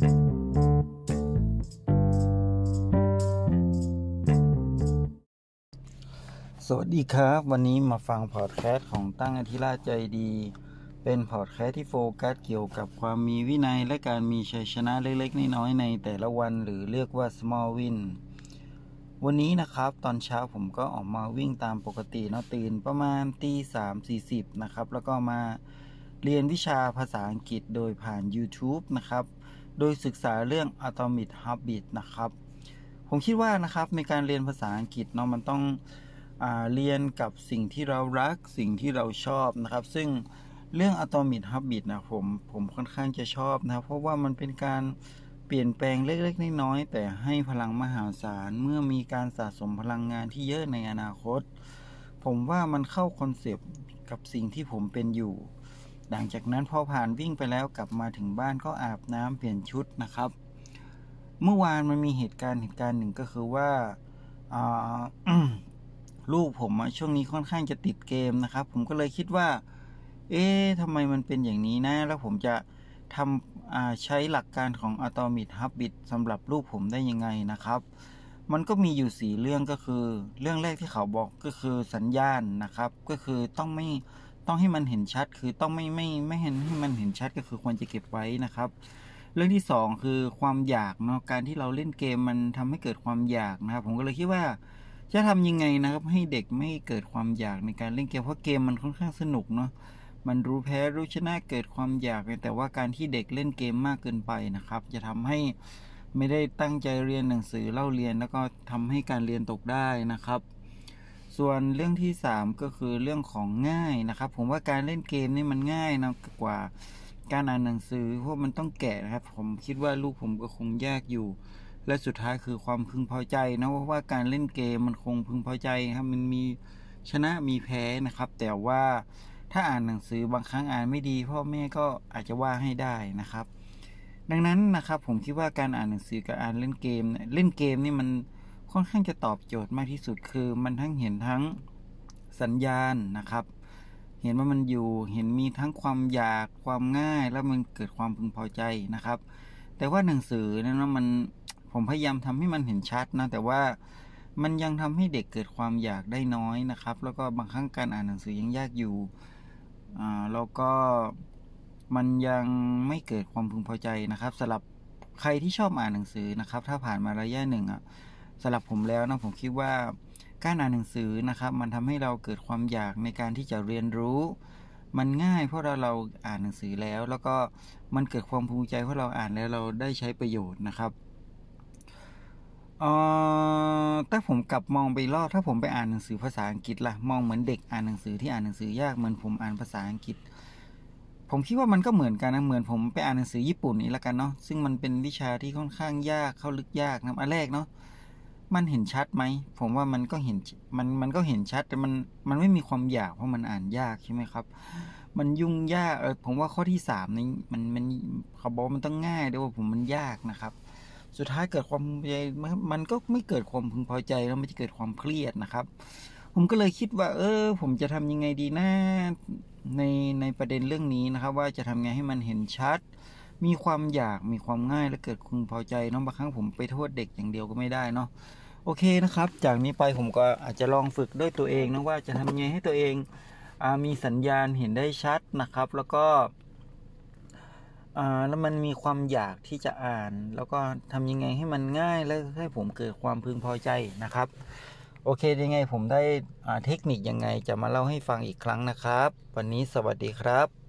สวัสดีครับวันนี้มาฟังพอดแคสต์ของตั้งอธิราชใจดีเป็นพอดแคสต์ที่โฟกัสเกี่ยวกับความมีวินัยและการมีชัยชนะเล็กๆน้อยๆในแต่ละวันหรือเรียกว่า small win วันนี้นะครับตอนเช้าผมก็ออกมาวิ่งตามปกติเนาะตื่นประมาณ3:40นะครับแล้วก็มาเรียนวิชาภาษาอังกฤษโดยผ่าน YouTube นะครับโดยศึกษาเรื่อง Atomic Habits นะครับผมคิดว่านะครับในการเรียนภาษาอังกฤษเนาะมันต้องเรียนกับสิ่งที่เรารักสิ่งที่เราชอบนะครับซึ่งเรื่อง Atomic Habits นะผมค่อนข้างจะชอบนะครับเพราะว่ามันเป็นการเปลี่ยนแปลงเล็กๆน้อยๆแต่ให้พลังมหาศาลเมื่อมีการสะสมพลังงานที่เยอะในอนาคตผมว่ามันเข้าคอนเซปต์กับสิ่งที่ผมเป็นอยู่หลังจากนั้นพอผ่านวิ่งไปแล้วกลับมาถึงบ้านก็อาบน้ำเปลี่ยนชุดนะครับเมื่อวานมันมีเหตุการณ์หนึ่งก็คือว่าลูกผมช่วงนี้ค่อนข้างจะติดเกมนะครับผมก็เลยคิดว่าทำไมมันเป็นอย่างนี้นะแล้วผมจะทำใช้หลักการของ Atomic Habits สำหรับลูกผมได้ยังไงนะครับมันก็มีอยู่4เรื่องก็คือเรื่องแรกที่เขาบอกก็คือสัญญาณนะครับก็คือต้องให้มันเห็นชัดคือต้องไม่เห็นให้มันเห็นชัดก็คือควรจะเก็บไว้นะครับเรื่องที่2คือความอยากเนาะการที่เราเล่นเกมมันทำให้เกิดความอยากนะครับผมก็เลยคิดว่าจะทำยังไงนะครับให้เด็กไม่เกิดความอยากในการเล่นเกมเพราะเกมมันค่อนข้างสนุกเนาะมันรู้แพ้รู้ชนะเกิดความอยากแต่ว่าการที่เด็กเล่นเกมมากเกินไปนะครับจะทำให้ไม่ได้ตั้งใจเรียนหนังสือเล่าเรียนแล้วก็ทำให้การเรียนตกได้นะครับส่วนเรื่องที่3ก็คือเรื่องของง่ายนะครับผมว่าการเล่นเกมนี่มันง่ายนะกว่าการอ่านหนังสือเพราะมันต้องแกะนะครับผมคิดว่าลูกผมก็คงยากอยู่และสุดท้ายคือความพึงพอใจนะเพราะว่าการเล่นเกมมันคงพึงพอใจครับมันมีชนะมีแพ้นะครับแต่ว่าถ้าอ่านหนังสือบางครั้งอ่านไม่ดีพ่อแม่ก็อาจจะว่าให้ได้นะครับดังนั้นนะครับผมคิดว่าการอ่านหนังสือกับอ่านเล่นเกมนี่มันค่อนข้างจะตอบโจทย์มากที่สุดคือมันเห็นทั้งสัญญาณนะครับเห็นว่ามันอยู่เห็นมีทั้งความอยากความง่ายแล้วมันเกิดความพึงพอใจนะครับแต่ว่าหนังสือนั้นผมพยายามทำให้มันเห็นชัดนะแต่ว่ามันยังทำให้เด็กเกิดความอยากได้น้อยนะครับแล้วก็บางครั้งการอ่านหนังสือยังยากอยู่แล้วก็มันยังไม่เกิดความพึงพอใจนะครับสำหรับใครที่ชอบอ่านหนังสือนะครับถ้าผ่านมาระยะหนึ่งสำหรับผมแล้วนะผมคิดว่าการอ่านหนังสือนะครับมันทำให้เราเกิดความอยากในการที่จะเรียนรู้มันง่ายเพราะเราอ่านหนังสือแล้วก็มันเกิดความภูมิใจเพราะเราอ่านแล้วเราได้ใช้ประโยชน์นะครับถ้าผมกลับมองไปรอบถ้าผมไปอ่านหนังสือภาษาอังกฤษล่ะมองเหมือนเด็กอ่านหนังสือที่อ่านหนังสือยากเหมือนผมอ่านภาษาอังกฤษผมคิดว่ามันก็เหมือนกันนะเหมือนผมไปอ่านหนังสือญี่ปุ่นนี่ละกันเนาะซึ่งมันเป็นวิชาที่ค่อนข้างยากเข้าลึกยากนะอันแรกเนาะมันเห็นชัดไหมผมว่ามันก็เห็นมันก็เห็นชัดแต่มันไม่มีความอยากเพราะมันอ่านยากใช่ไหมครับมันยุ่งยากผมว่าข้อที่3นี่มันเขาบอกมันต้องง่ายด้วยว่าผมมันยากนะครับสุดท้ายเกิดความพึงพอใจมันก็ไม่เกิดความพึงพอใจแล้วมันจะเกิดความเครียดนะครับผมก็เลยคิดว่าผมจะทำยังไงดีนะในประเด็นเรื่องนี้นะครับว่าจะทำไงให้มันเห็นชัดมีความอยากมีความง่ายและเกิดพึงพอใจเนาะบางครั้งผมไปโทษเด็กอย่างเดียวก็ไม่ได้เนาะโอเคนะครับจากนี้ไปผมก็อาจจะลองฝึกด้วยตัวเองนะว่าจะทำไงให้ตัวเองมีสัญญาณเห็นได้ชัดนะครับแล้วก็แล้วมันมีความอยากที่จะอ่านแล้วก็ทำยังไงให้มันง่ายและให้ผมเกิดความพึงพอใจนะครับโอเคยังไงผมได้เทคนิคยังไงจะมาเล่าให้ฟังอีกครั้งนะครับวันนี้สวัสดีครับ